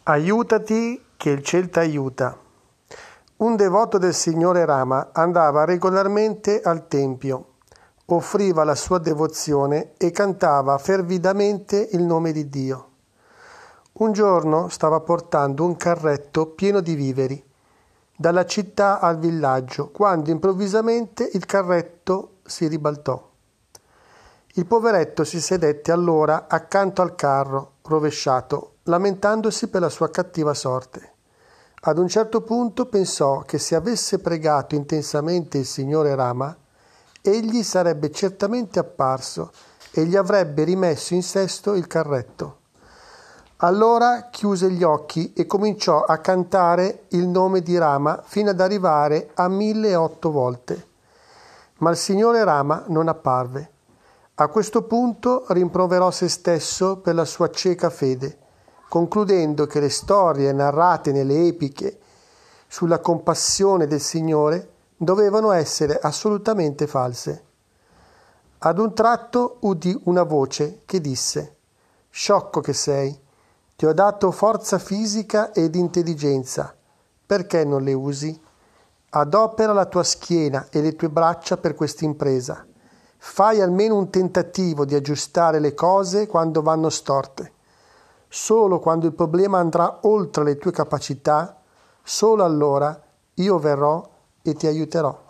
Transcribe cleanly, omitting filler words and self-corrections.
Aiutati che il ciel t'aiuta. Un devoto del Signore Rama andava regolarmente al tempio, offriva la sua devozione e cantava fervidamente il nome di Dio. Un giorno stava portando un carretto pieno di viveri dalla città al villaggio, quando improvvisamente il carretto si ribaltò. Il poveretto si sedette allora accanto al carro, rovesciato, lamentandosi per la sua cattiva sorte. Ad un certo punto pensò che se avesse pregato intensamente il Signore Rama, egli sarebbe certamente apparso e gli avrebbe rimesso in sesto il carretto. Allora chiuse gli occhi e cominciò a cantare il nome di Rama fino ad arrivare a 1008 volte. Ma il Signore Rama non apparve. A questo punto rimproverò se stesso per la sua cieca fede, concludendo che le storie narrate nelle epiche sulla compassione del Signore dovevano essere assolutamente false. Ad un tratto udì una voce che disse: «Sciocco che sei, ti ho dato forza fisica ed intelligenza, perché non le usi? Adopera la tua schiena e le tue braccia per questa impresa. Fai almeno un tentativo di aggiustare le cose quando vanno storte. Solo quando il problema andrà oltre le tue capacità, solo allora io verrò e ti aiuterò».